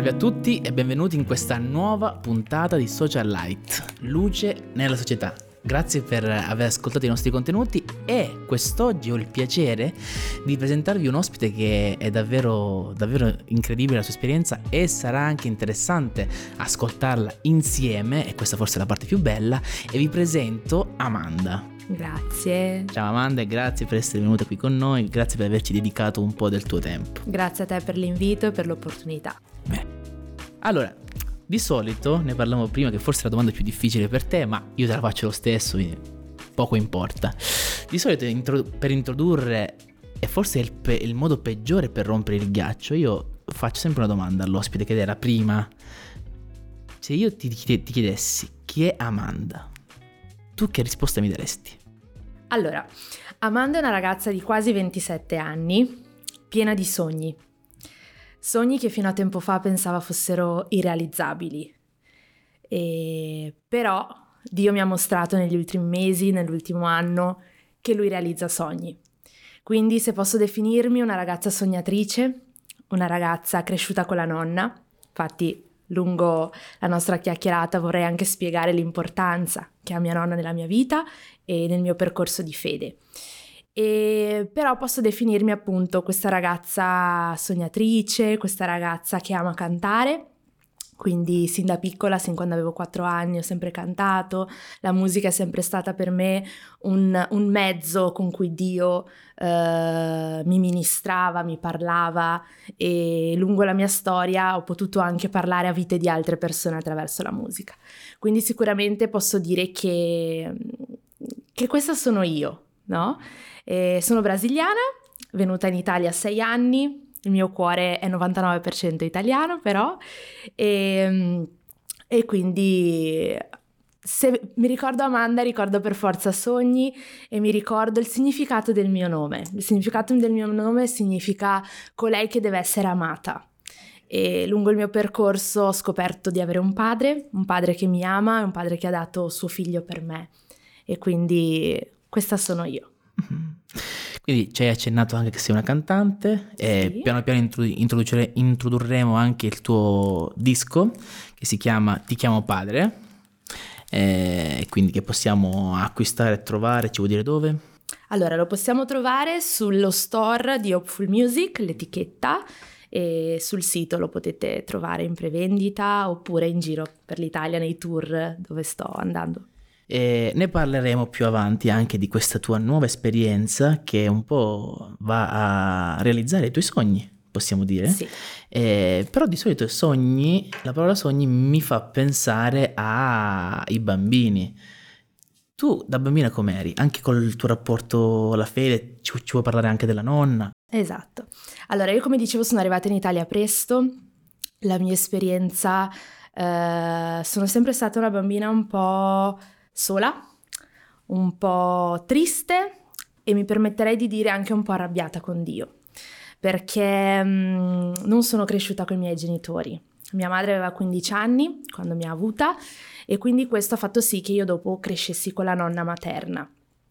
Salve a tutti e benvenuti in questa nuova puntata di Social Light, luce nella società. Grazie per aver ascoltato i nostri contenuti e quest'oggi ho il piacere di presentarvi un ospite che è davvero incredibile la sua esperienza e sarà anche interessante ascoltarla insieme, e questa forse è la parte più bella, e vi presento Amanda. Grazie. Ciao Amanda e grazie per essere venuta qui con noi, grazie per averci dedicato un po' del tuo tempo. Grazie a te per l'invito e per l'opportunità. Bene, allora, di solito ne parlavamo prima, che forse è la domanda più difficile per te, ma io te la faccio lo stesso, quindi poco importa. Di solito per introdurre, e forse è il modo peggiore per rompere il ghiaccio, io faccio sempre una domanda all'ospite, che era prima. Se io ti chiedessi chi è Amanda, tu che risposta mi daresti? Allora, Amanda è una ragazza di quasi 27 anni, piena di sogni. Sogni che fino a tempo fa pensava fossero irrealizzabili. Però Dio mi ha mostrato negli ultimi mesi, nell'ultimo anno, che Lui realizza sogni. Quindi se posso definirmi una ragazza sognatrice, una ragazza cresciuta con la nonna, infatti lungo la nostra chiacchierata vorrei anche spiegare l'importanza che ha mia nonna nella mia vita e nel mio percorso di fede. Però posso definirmi appunto questa ragazza sognatrice, questa ragazza che ama cantare, quindi sin da piccola, sin quando avevo 4 anni ho sempre cantato, la musica è sempre stata per me un mezzo con cui Dio mi ministrava, mi parlava, e lungo la mia storia ho potuto anche parlare a vite di altre persone attraverso la musica. Quindi sicuramente posso dire che questa sono io, no? Sono brasiliana, venuta in Italia a 6 anni, il mio cuore è 99% italiano però, e quindi se mi ricordo Amanda ricordo per forza sogni e mi ricordo il significato del mio nome. Il significato del mio nome significa colei che deve essere amata. E lungo il mio percorso ho scoperto di avere un padre che mi ama, un padre che ha dato suo figlio per me, e quindi questa sono io. Quindi ci hai accennato anche che sei una cantante, e Sì. piano piano introdurremo anche il tuo disco che si chiama Ti chiamo padre, quindi che possiamo acquistare e trovare, ci vuoi dire dove? Allora, lo possiamo trovare sullo store di Hopeful Music, l'etichetta, e sul sito lo potete trovare in prevendita oppure in giro per l'Italia nei tour dove sto andando. E ne parleremo più avanti anche di questa tua nuova esperienza che un po' va a realizzare i tuoi sogni, possiamo dire. Sì. Però di solito la parola sogni mi fa pensare ai bambini. Tu da bambina com'eri? Anche col tuo rapporto alla fede, ci vuoi parlare anche della nonna? Esatto. Allora, io come dicevo sono arrivata in Italia presto, la mia esperienza, sono sempre stata una bambina un po' sola, un po' triste e mi permetterei di dire anche un po' arrabbiata con Dio, perché non sono cresciuta con i miei genitori. Mia madre aveva 15 anni quando mi ha avuta e quindi questo ha fatto sì che io dopo crescessi con la nonna materna.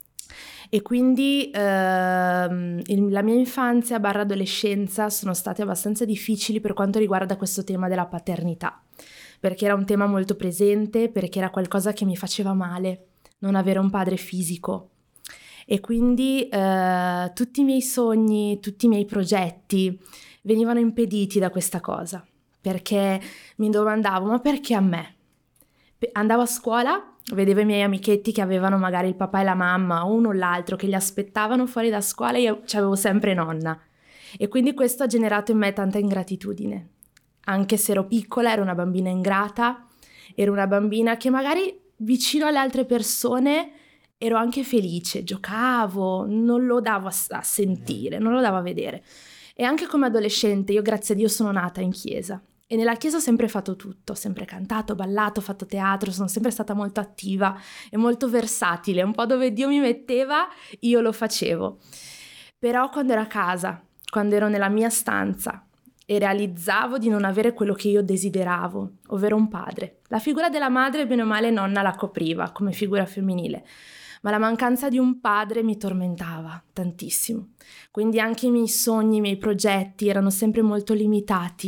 E quindi la mia infanzia / adolescenza sono state abbastanza difficili per quanto riguarda questo tema della paternità, perché era un tema molto presente, perché era qualcosa che mi faceva male, non avere un padre fisico. E quindi tutti i miei sogni, tutti i miei progetti venivano impediti da questa cosa, perché mi domandavo, ma perché a me? Andavo a scuola, vedevo i miei amichetti che avevano magari il papà e la mamma, uno o l'altro, che li aspettavano fuori da scuola, e io c'avevo sempre nonna. E quindi questo ha generato in me tanta ingratitudine. Anche se ero piccola, ero una bambina ingrata, ero una bambina che magari vicino alle altre persone ero anche felice, giocavo, non lo davo a sentire, non lo davo a vedere. E anche come adolescente, io grazie a Dio sono nata in chiesa. E nella chiesa ho sempre fatto tutto, ho sempre cantato, ballato, fatto teatro, sono sempre stata molto attiva e molto versatile, un po' dove Dio mi metteva io lo facevo. Però quando ero a casa, quando ero nella mia stanza e realizzavo di non avere quello che io desideravo, ovvero un padre, la figura della madre bene o male nonna la copriva come figura femminile, ma la mancanza di un padre mi tormentava tantissimo. Quindi anche i miei sogni, i miei progetti erano sempre molto limitati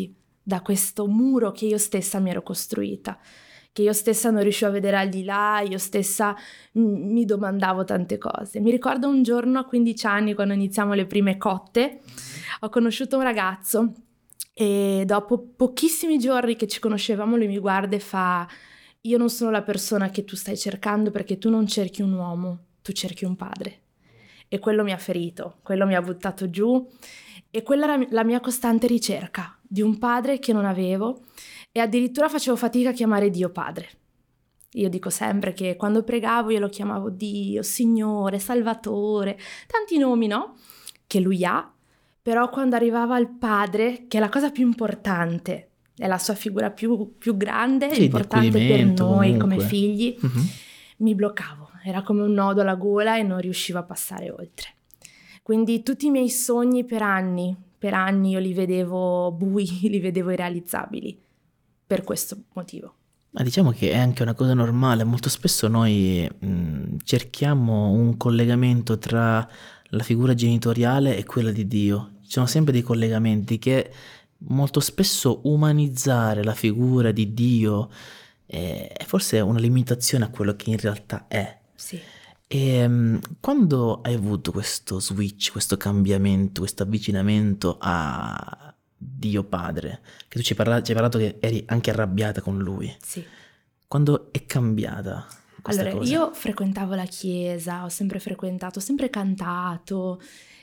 da questo muro che io stessa mi ero costruita, che io stessa non riuscivo a vedere al di là, io stessa mi domandavo tante cose. Mi ricordo un giorno a 15 anni, quando iniziamo le prime cotte, ho conosciuto un ragazzo e dopo pochissimi giorni che ci conoscevamo lui mi guarda e fa: io non sono la persona che tu stai cercando, perché tu non cerchi un uomo, tu cerchi un padre. E quello mi ha ferito, quello mi ha buttato giù, e quella era la mia costante ricerca di un padre che non avevo, e addirittura facevo fatica a chiamare Dio padre. Io dico sempre che quando pregavo io lo chiamavo Dio, Signore, Salvatore, tanti nomi, no? Che lui ha, però quando arrivava al padre, che è la cosa più importante, è la sua figura più grande, Sì, di importante per accudimento, noi comunque. come figli, mi bloccavo, era come un nodo alla gola e non riuscivo a passare oltre. Quindi tutti i miei sogni per anni io li vedevo bui, li vedevo irrealizzabili, per questo motivo. Ma diciamo che è anche una cosa normale, molto spesso noi cerchiamo un collegamento tra la figura genitoriale e quella di Dio. Ci sono sempre dei collegamenti che molto spesso umanizzare la figura di Dio è forse una limitazione a quello che in realtà è. Sì. E quando hai avuto questo switch, questo cambiamento, questo avvicinamento a Dio Padre, che tu ci hai parlato che eri anche arrabbiata con Lui, Sì. quando è cambiata questa Allora, cosa? io frequentavo la chiesa, ho sempre frequentato, ho sempre cantato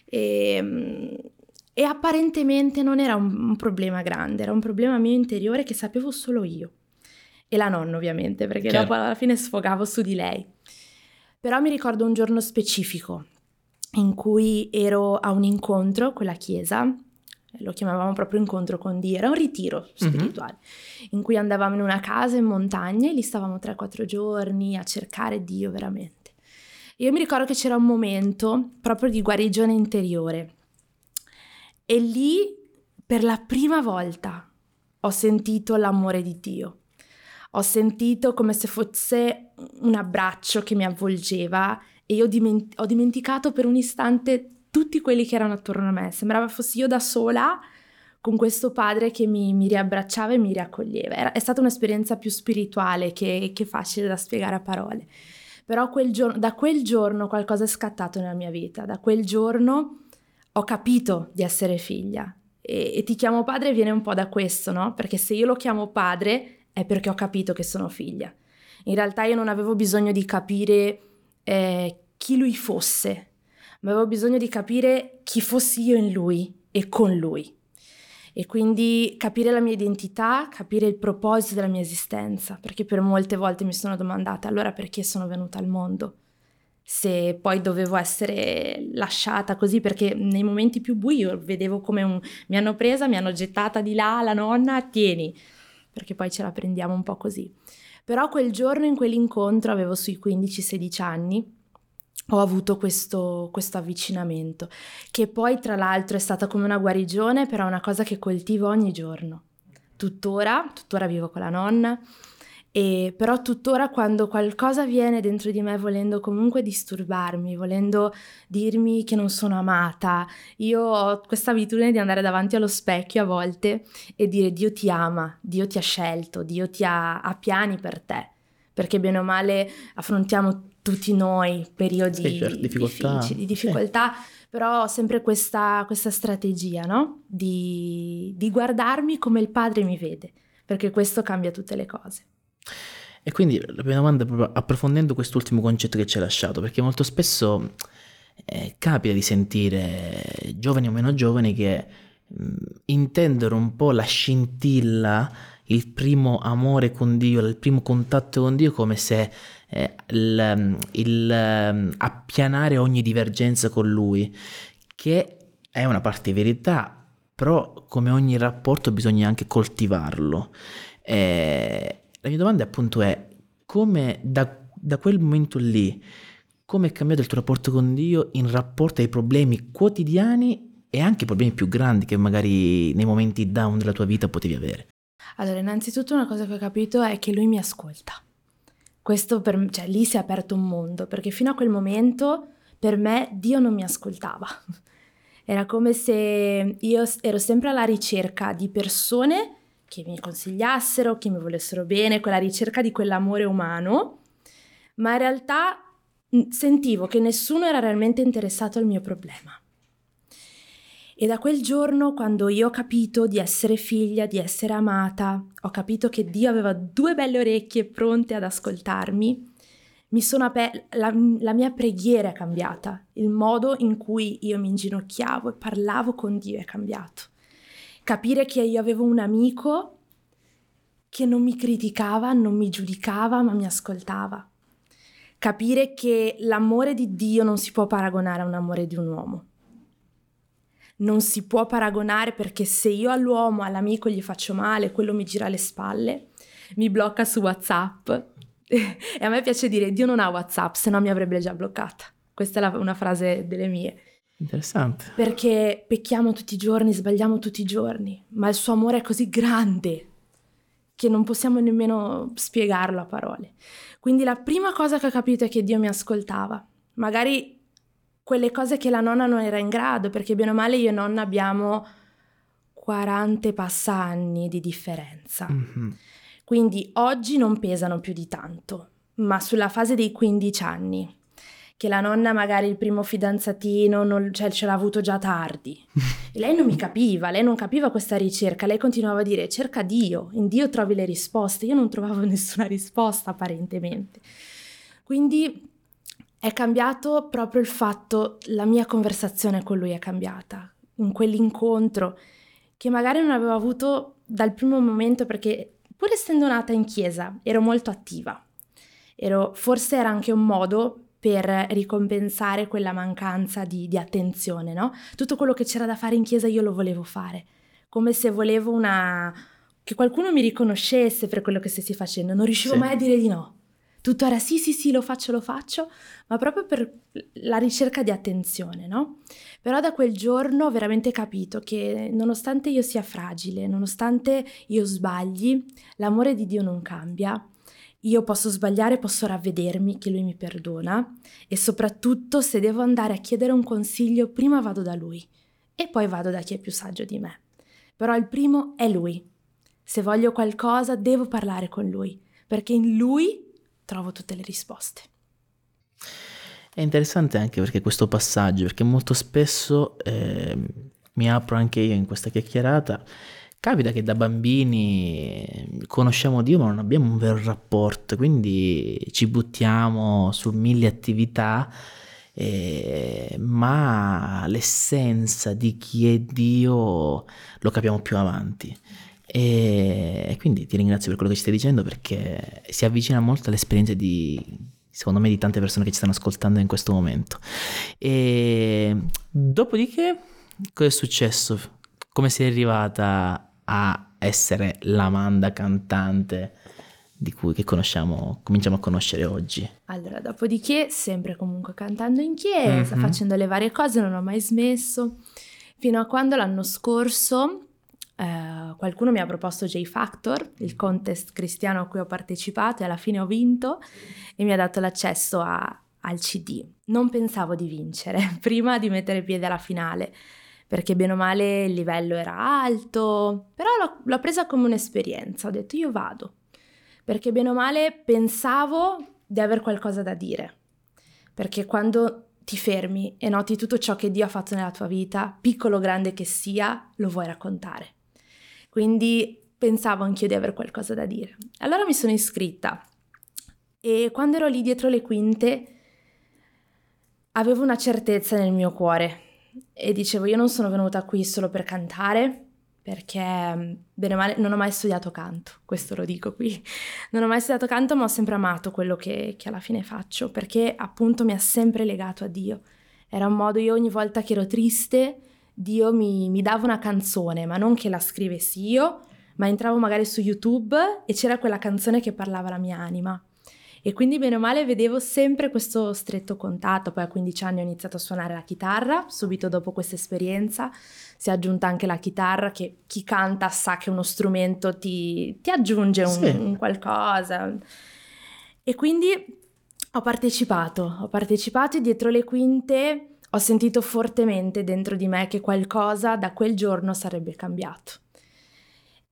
e apparentemente non era un problema grande, era un problema mio interiore che sapevo solo io. E la nonna ovviamente, perché Chiaro. dopo alla fine sfogavo su di lei. Però mi ricordo un giorno specifico in cui ero a un incontro con la chiesa, lo chiamavamo proprio incontro con Dio, era un ritiro spirituale, in cui andavamo in una casa in montagna e lì stavamo 3-4 giorni a cercare Dio veramente. Io mi ricordo che c'era un momento proprio di guarigione interiore e lì per la prima volta ho sentito l'amore di Dio. Ho sentito come se fosse un abbraccio che mi avvolgeva e io ho dimenticato per un istante tutti quelli che erano attorno a me. Sembrava fossi io da sola con questo padre che mi riabbracciava e mi riaccoglieva. È stata un'esperienza più spirituale che facile da spiegare a parole. Però da quel giorno qualcosa è scattato nella mia vita. Da quel giorno ho capito di essere figlia. E ti chiamo padre viene un po' da questo, no? Perché se io lo chiamo padre è perché ho capito che sono figlia. In realtà io non avevo bisogno di capire chi lui fosse, ma avevo bisogno di capire chi fossi io in lui e con lui. E quindi capire la mia identità, capire il proposito della mia esistenza, perché per molte volte mi sono domandata allora perché sono venuta al mondo, se poi dovevo essere lasciata così, perché nei momenti più bui io vedevo come mi hanno presa, mi hanno gettata di là, la nonna, tieni, perché poi ce la prendiamo un po' così. Però quel giorno in quell'incontro, avevo sui 15-16 anni, ho avuto questo avvicinamento, che poi tra l'altro è stata come una guarigione, però è una cosa che coltivo ogni giorno. Tuttora vivo con la nonna, però tuttora quando qualcosa viene dentro di me volendo comunque disturbarmi, volendo dirmi che non sono amata, io ho questa abitudine di andare davanti allo specchio a volte e dire Dio ti ama, Dio ti ha scelto, Dio ha piani per te, perché bene o male affrontiamo tutti noi periodi certo, difficili, di difficoltà, però ho sempre questa strategia, no? Di guardarmi come il padre mi vede, perché questo cambia tutte le cose. E quindi la prima domanda è proprio approfondendo quest'ultimo concetto che ci hai lasciato, perché molto spesso capita di sentire giovani o meno giovani che intendono un po' la scintilla, il primo amore con Dio, il primo contatto con Dio come se appianare ogni divergenza con Lui, che è una parte di verità, però come ogni rapporto bisogna anche coltivarlo. La mia domanda appunto è come da quel momento lì, come è cambiato il tuo rapporto con Dio in rapporto ai problemi quotidiani e anche ai problemi più grandi che magari nei momenti down della tua vita potevi avere? Allora, innanzitutto una cosa che ho capito è che lui mi ascolta. Questo cioè lì si è aperto un mondo, perché fino a quel momento per me Dio non mi ascoltava. Era come se io ero sempre alla ricerca di persone che mi consigliassero, che mi volessero bene, quella ricerca di quell'amore umano, ma in realtà sentivo che nessuno era realmente interessato al mio problema. E da quel giorno, quando io ho capito di essere figlia, di essere amata, ho capito che Dio aveva 2 belle orecchie pronte ad ascoltarmi, la mia preghiera è cambiata, il modo in cui io mi inginocchiavo e parlavo con Dio è cambiato. Capire che io avevo un amico che non mi criticava, non mi giudicava, ma mi ascoltava. Capire che l'amore di Dio non si può paragonare a un amore di un uomo. Non si può paragonare, perché se io all'uomo, all'amico gli faccio male, quello mi gira le spalle, mi blocca su WhatsApp. E a me piace dire: Dio non ha WhatsApp, se no mi avrebbe già bloccata. Questa è una frase delle mie. Interessante. Perché pecchiamo tutti i giorni, sbagliamo tutti i giorni, ma il suo amore è così grande che non possiamo nemmeno spiegarlo a parole. Quindi la prima cosa che ho capito è che Dio mi ascoltava. Magari quelle cose che la nonna non era in grado, perché bene o male io e nonna abbiamo 40 e passa anni di differenza. Mm-hmm. Quindi oggi non pesano più di tanto, ma sulla fase dei 15 anni, che la nonna magari il primo fidanzatino ce l'ha avuto già tardi, e lei non mi capiva, lei non capiva questa ricerca, lei continuava a dire: cerca Dio, in Dio trovi le risposte. Io non trovavo nessuna risposta apparentemente. Quindi è cambiato proprio il fatto, la mia conversazione con lui è cambiata, in quell'incontro che magari non avevo avuto dal primo momento, perché pur essendo nata in chiesa ero molto attiva, forse era anche un modo per ricompensare quella mancanza di attenzione, no? Tutto quello che c'era da fare in chiesa io lo volevo fare, come se volevo che qualcuno mi riconoscesse per quello che stessi facendo, non riuscivo mai a dire di no. Tutto era sì, lo faccio, ma proprio per la ricerca di attenzione, no? Però da quel giorno ho veramente capito che nonostante io sia fragile, nonostante io sbagli, l'amore di Dio non cambia. Io posso sbagliare, posso ravvedermi che Lui mi perdona, e soprattutto se devo andare a chiedere un consiglio, prima vado da Lui e poi vado da chi è più saggio di me. Però il primo è Lui. Se voglio qualcosa devo parlare con Lui, perché in Lui trovo tutte le risposte. È interessante anche perché questo passaggio, perché molto spesso mi apro anche io in questa chiacchierata, capita che da bambini conosciamo Dio ma non abbiamo un vero rapporto, quindi ci buttiamo su 1000 attività, ma l'essenza di chi è Dio lo capiamo più avanti. E quindi ti ringrazio per quello che ci stai dicendo, perché si avvicina molto alle esperienze secondo me, di tante persone che ci stanno ascoltando in questo momento. E dopodiché cosa è successo? Come sei arrivata a essere l'Amanda cantante che cominciamo a conoscere oggi? Allora, dopodiché, sempre comunque cantando in chiesa, facendo le varie cose, non ho mai smesso, fino a quando l'anno scorso qualcuno mi ha proposto J Factor, il contest cristiano a cui ho partecipato, e alla fine ho vinto e mi ha dato l'accesso al CD. Non pensavo di vincere prima di mettere piede alla finale, perché bene o male il livello era alto, però l'ho presa come un'esperienza. Ho detto: io vado, perché bene o male pensavo di aver qualcosa da dire, perché quando ti fermi e noti tutto ciò che Dio ha fatto nella tua vita, piccolo o grande che sia, lo vuoi raccontare. Quindi pensavo anch'io di aver qualcosa da dire. Allora mi sono iscritta e quando ero lì dietro le quinte avevo una certezza nel mio cuore e dicevo: io non sono venuta qui solo per cantare, perché bene o male non ho mai studiato canto, questo lo dico qui, non ho mai studiato canto, ma ho sempre amato quello che alla fine faccio, perché appunto mi ha sempre legato a Dio. Era un modo, io ogni volta che ero triste Dio mi dava una canzone, ma non che la scrivessi io, ma entravo magari su YouTube e c'era quella canzone che parlava la mia anima. E quindi bene o male vedevo sempre questo stretto contatto. Poi a 15 anni ho iniziato a suonare la chitarra, subito dopo questa esperienza si è aggiunta anche la chitarra, che chi canta sa che uno strumento ti aggiunge un qualcosa. E quindi ho partecipato e dietro le quinte ho sentito fortemente dentro di me che qualcosa da quel giorno sarebbe cambiato.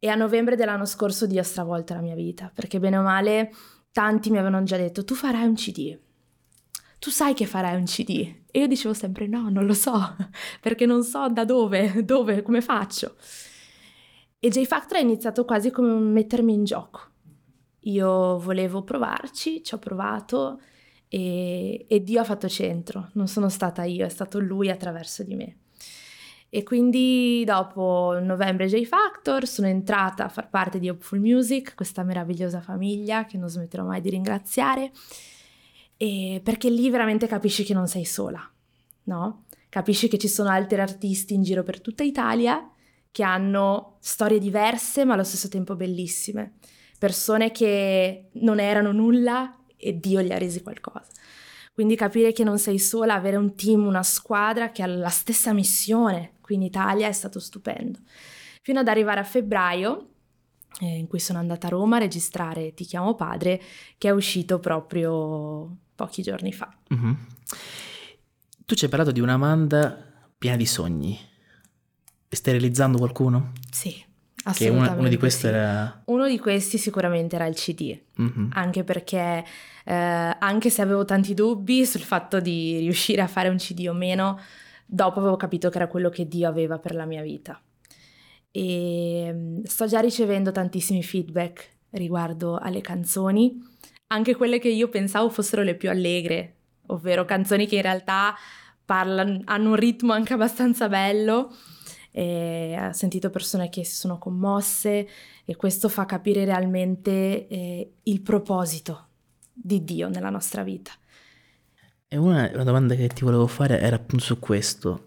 E a novembre dell'anno scorso Dio ha stravolto la mia vita, perché bene o male tanti mi avevano già detto: tu farai un CD, tu sai che farai un CD. E io dicevo sempre no, non lo so, perché non so da dove, come faccio. E J Factor ha iniziato quasi come un mettermi in gioco. Io volevo provarci, ci ho provato e Dio ha fatto centro. Non sono stata io, è stato Lui attraverso di me. E quindi dopo novembre J Factor sono entrata a far parte di Hopeful Music, questa meravigliosa famiglia che non smetterò mai di ringraziare, e perché lì veramente capisci che non sei sola, no? Capisci che ci sono altri artisti in giro per tutta Italia che hanno storie diverse ma allo stesso tempo bellissime, persone che non erano nulla e Dio gli ha resi qualcosa. Quindi capire che non sei sola, avere un team, una squadra che ha la stessa missione qui in Italia è stato stupendo. Fino ad arrivare a febbraio, in cui sono andata a Roma a registrare Ti chiamo padre, che è uscito proprio pochi giorni fa. Mm-hmm. Tu ci hai parlato di una banda piena di sogni. Stai realizzando qualcuno? Sì. Assolutamente. Uno di questi sì. era... Uno di questi sicuramente era il CD, anche perché anche se avevo tanti dubbi sul fatto di riuscire a fare un CD o meno, dopo avevo capito che era quello che Dio aveva per la mia vita. E sto già ricevendo tantissimi feedback riguardo alle canzoni, anche quelle che io pensavo fossero le più allegre, ovvero canzoni che in realtà hanno un ritmo anche abbastanza bello. E ho sentito persone che si sono commosse e questo fa capire realmente il proposito di Dio nella nostra vita. E una domanda che ti volevo fare era appunto su questo.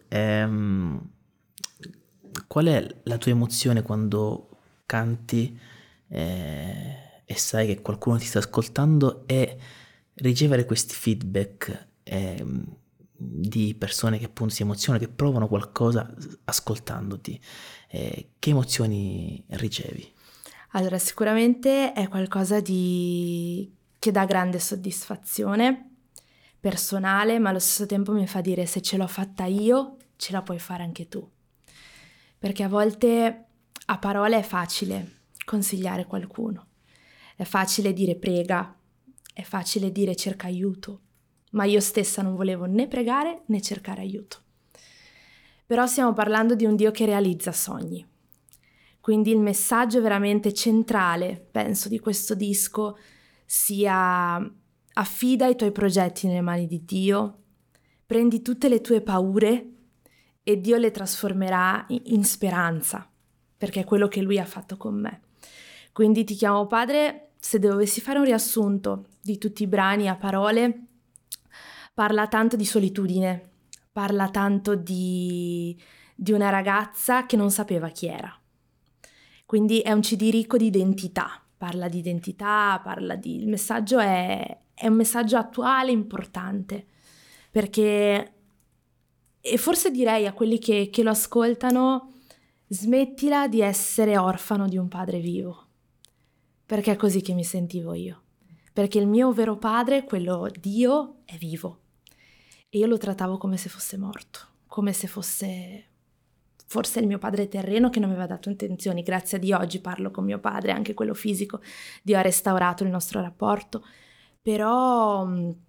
Qual è la tua emozione quando canti e sai che qualcuno ti sta ascoltando e ricevere questi feedback di persone che appunto si emozionano, che provano qualcosa ascoltandoti? Che emozioni ricevi? Allora, sicuramente è qualcosa che dà grande soddisfazione personale, ma allo stesso tempo mi fa dire: se ce l'ho fatta io, ce la puoi fare anche tu. Perché a volte a parole è facile consigliare qualcuno, è facile dire prega, è facile dire cerca aiuto, ma io stessa non volevo né pregare né cercare aiuto. Però stiamo parlando di un Dio che realizza sogni. Quindi il messaggio veramente centrale, penso, di questo disco sia: affida i tuoi progetti nelle mani di Dio, prendi tutte le tue paure e Dio le trasformerà in speranza, perché è quello che Lui ha fatto con me. Quindi Ti chiamo padre, se dovessi fare un riassunto di tutti i brani a parole, parla tanto di solitudine, parla tanto di una ragazza che non sapeva chi era. Quindi è un CD ricco di identità, parla di identità, il messaggio è un messaggio attuale, importante, perché, e forse direi a quelli che lo ascoltano: smettila di essere orfano di un padre vivo, perché è così che mi sentivo io, perché il mio vero padre, quello Dio, è vivo. E io lo trattavo come se fosse morto, come se fosse forse il mio padre terreno che non mi aveva dato intenzioni. Grazie a Dio oggi parlo con mio padre, anche quello fisico. Dio ha restaurato il nostro rapporto. Però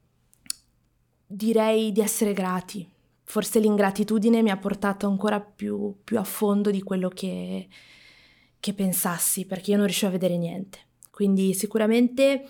direi di essere grati. Forse l'ingratitudine mi ha portato ancora più a fondo di quello che pensassi, perché io non riuscivo a vedere niente. Quindi sicuramente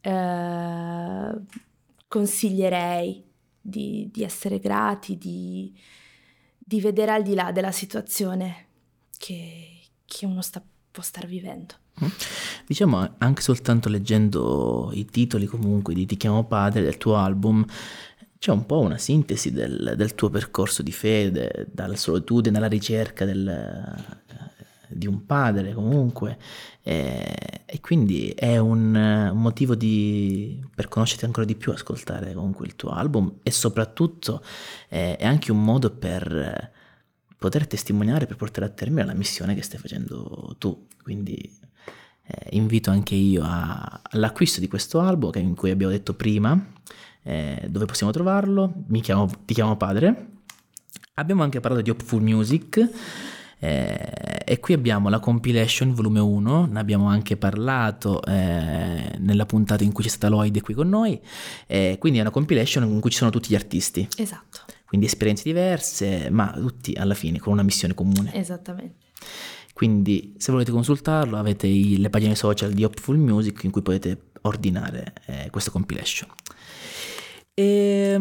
consiglierei di essere grati, di vedere al di là della situazione che uno può star vivendo. Diciamo, anche soltanto leggendo i titoli comunque di Ti chiamo padre, del tuo album, c'è un po' una sintesi del tuo percorso di fede, dalla solitudine alla ricerca di un padre comunque, e quindi è un motivo per conoscerti ancora di più, ascoltare comunque il tuo album, e soprattutto è anche un modo per poter testimoniare, per portare a termine la missione che stai facendo tu. Quindi invito anche io all'acquisto di questo album, in cui abbiamo detto prima dove possiamo trovarlo. Ti chiamo padre. Abbiamo anche parlato di Hopeful Music, E qui abbiamo la compilation volume 1, ne abbiamo anche parlato nella puntata in cui c'è stata Lloyd qui con noi, quindi è una compilation in cui ci sono tutti gli artisti. Esatto. Quindi esperienze diverse, ma tutti alla fine con una missione comune. Esattamente. Quindi se volete consultarlo avete le pagine social di Hopeful Music in cui potete ordinare questa compilation. Te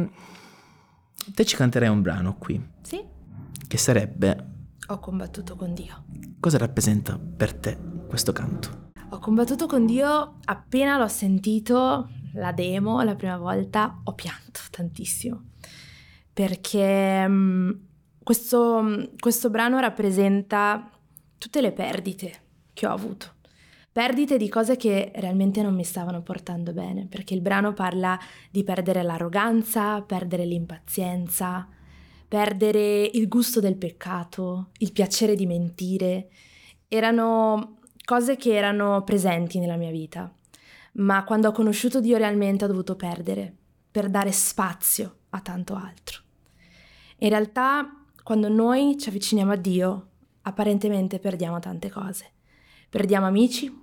ci canterai un brano qui. Sì. Che sarebbe Ho combattuto con Dio. Cosa rappresenta per te questo canto? Ho combattuto con Dio, appena l'ho sentito, la demo, la prima volta, ho pianto tantissimo. Perché questo brano rappresenta tutte le perdite che ho avuto. Perdite di cose che realmente non mi stavano portando bene, perché il brano parla di perdere l'arroganza, perdere l'impazienza, perdere il gusto del peccato, il piacere di mentire. Erano cose che erano presenti nella mia vita, ma quando ho conosciuto Dio realmente ho dovuto perdere per dare spazio a tanto altro. In realtà, quando noi ci avviciniamo a Dio, apparentemente perdiamo tante cose. Perdiamo amici,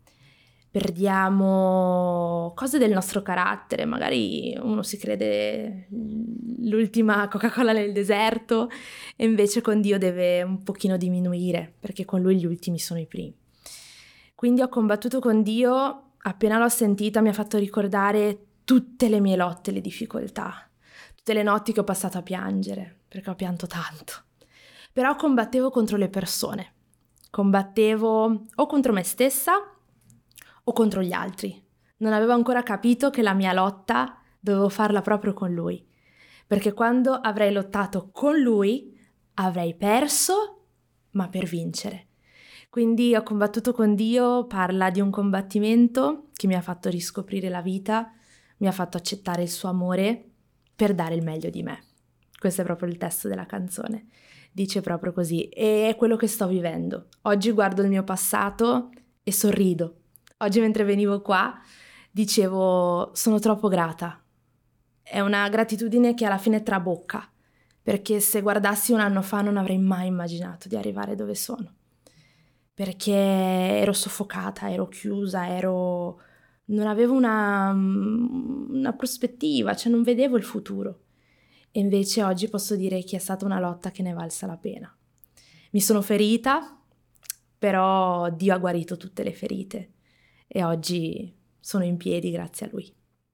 perdiamo cose del nostro carattere, magari uno si crede l'ultima Coca-Cola nel deserto e invece con Dio deve un pochino diminuire, perché con Lui gli ultimi sono i primi. Quindi ho combattuto con Dio, appena l'ho sentita mi ha fatto ricordare tutte le mie lotte, le difficoltà, tutte le notti che ho passato a piangere, perché ho pianto tanto. Però combattevo contro le persone, combattevo o contro me stessa o contro gli altri. Non avevo ancora capito che la mia lotta dovevo farla proprio con Lui, perché quando avrei lottato con Lui avrei perso, ma per vincere. Quindi ho combattuto con Dio parla di un combattimento che mi ha fatto riscoprire la vita, mi ha fatto accettare il suo amore per dare il meglio di me. Questo è proprio il testo della canzone. Dice proprio così, e è quello che sto vivendo. Oggi guardo il mio passato e sorrido. Oggi mentre venivo qua dicevo sono troppo grata. È una gratitudine che alla fine trabocca, perché se guardassi un anno fa non avrei mai immaginato di arrivare dove sono. Perché ero soffocata, ero chiusa, non avevo una prospettiva, cioè non vedevo il futuro. E invece oggi posso dire che è stata una lotta che ne è valsa la pena. Mi sono ferita, però Dio ha guarito tutte le ferite e oggi sono in piedi grazie a Lui.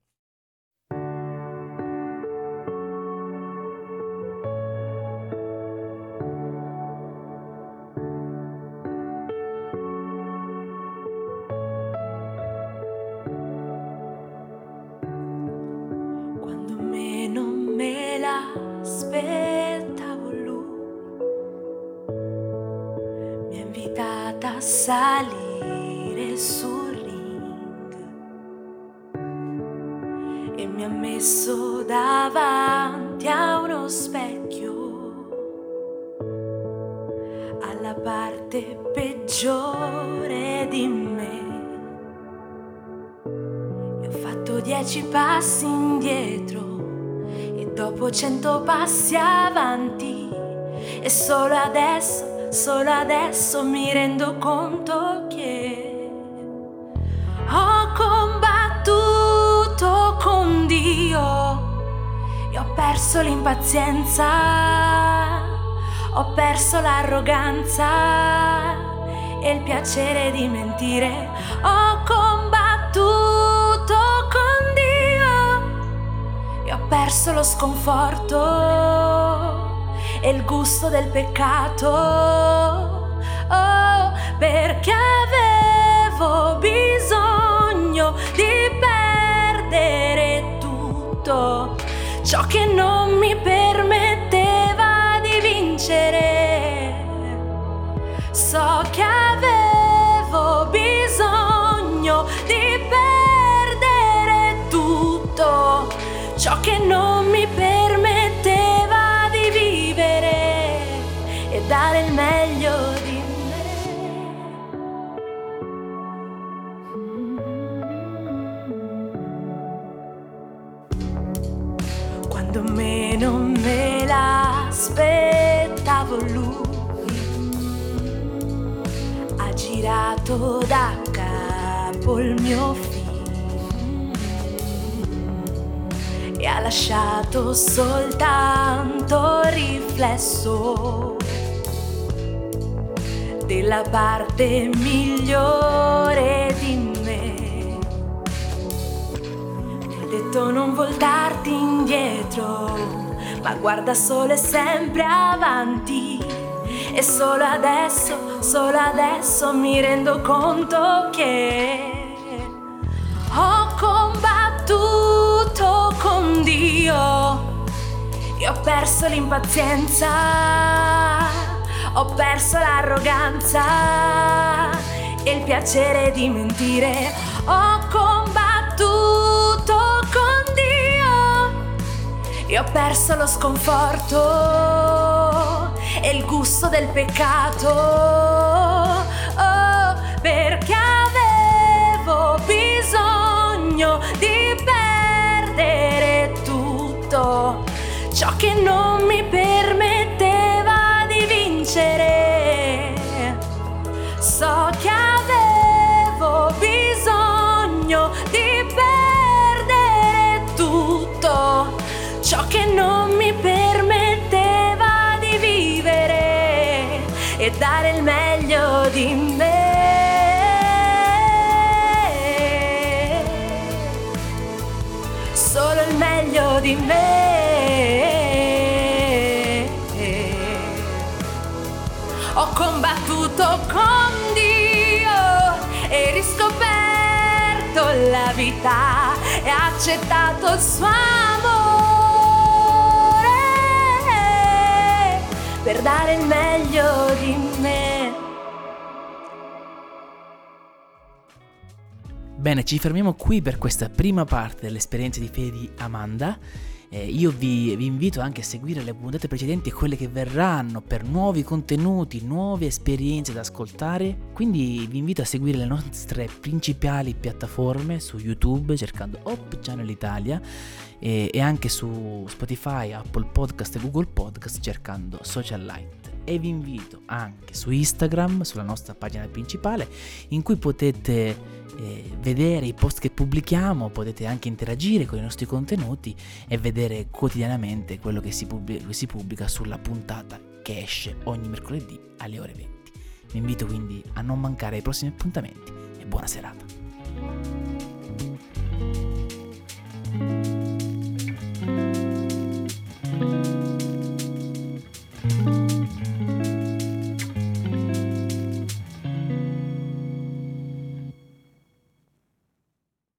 Quando meno me l'aspettavo, Lui mi ha invitata a salire sul ring e mi ha messo davanti a uno specchio, alla parte peggiore di me. E ho fatto 10 passi indietro e dopo 100 passi avanti, e solo adesso mi rendo conto che ho combattuto con Dio e ho perso l'impazienza, ho perso l'arroganza e il piacere di mentire. Ho combattuto con Dio e ho perso lo sconforto e il gusto del peccato, oh, perché avevo bisogno di perdere tutto ciò che non mi permetteva di vincere. So che avevo bisogno di perdere tutto ciò che non mi permetteva di vivere e dare il meglio di me. Quando meno me l'aspettavo, Lui tirato da capo il mio film e ha lasciato soltanto il riflesso della parte migliore di me. Mi ha detto non voltarti indietro, ma guarda solo e sempre avanti. E solo adesso mi rendo conto che ho combattuto con Dio e ho perso l'impazienza, ho perso l'arroganza e il piacere di mentire. Ho combattuto con Dio e ho perso lo sconforto e il gusto del peccato, oh, perché avevo bisogno di perdere tutto ciò che non mi permetteva di vincere. So che avevo bisogno di perdere tutto ciò che non mi permetteva vivere e dare il meglio di me, solo il meglio di me. Ho combattuto con Dio e riscoperto la vita e accettato il suo amore per dare il meglio di me. Bene, ci fermiamo qui per questa prima parte dell'esperienza di fede di Amanda. Io vi invito anche a seguire le puntate precedenti e quelle che verranno per nuovi contenuti, nuove esperienze da ascoltare. Quindi vi invito a seguire le nostre principali piattaforme su YouTube cercando Hope Channel Italia e anche su Spotify, Apple Podcast e Google Podcast cercando Social Light. E vi invito anche su Instagram, sulla nostra pagina principale, in cui potete vedere i post che pubblichiamo, potete anche interagire con i nostri contenuti e vedere quotidianamente quello che si pubblica sulla puntata che esce ogni mercoledì alle ore 20. Vi invito quindi a non mancare ai prossimi appuntamenti e buona serata.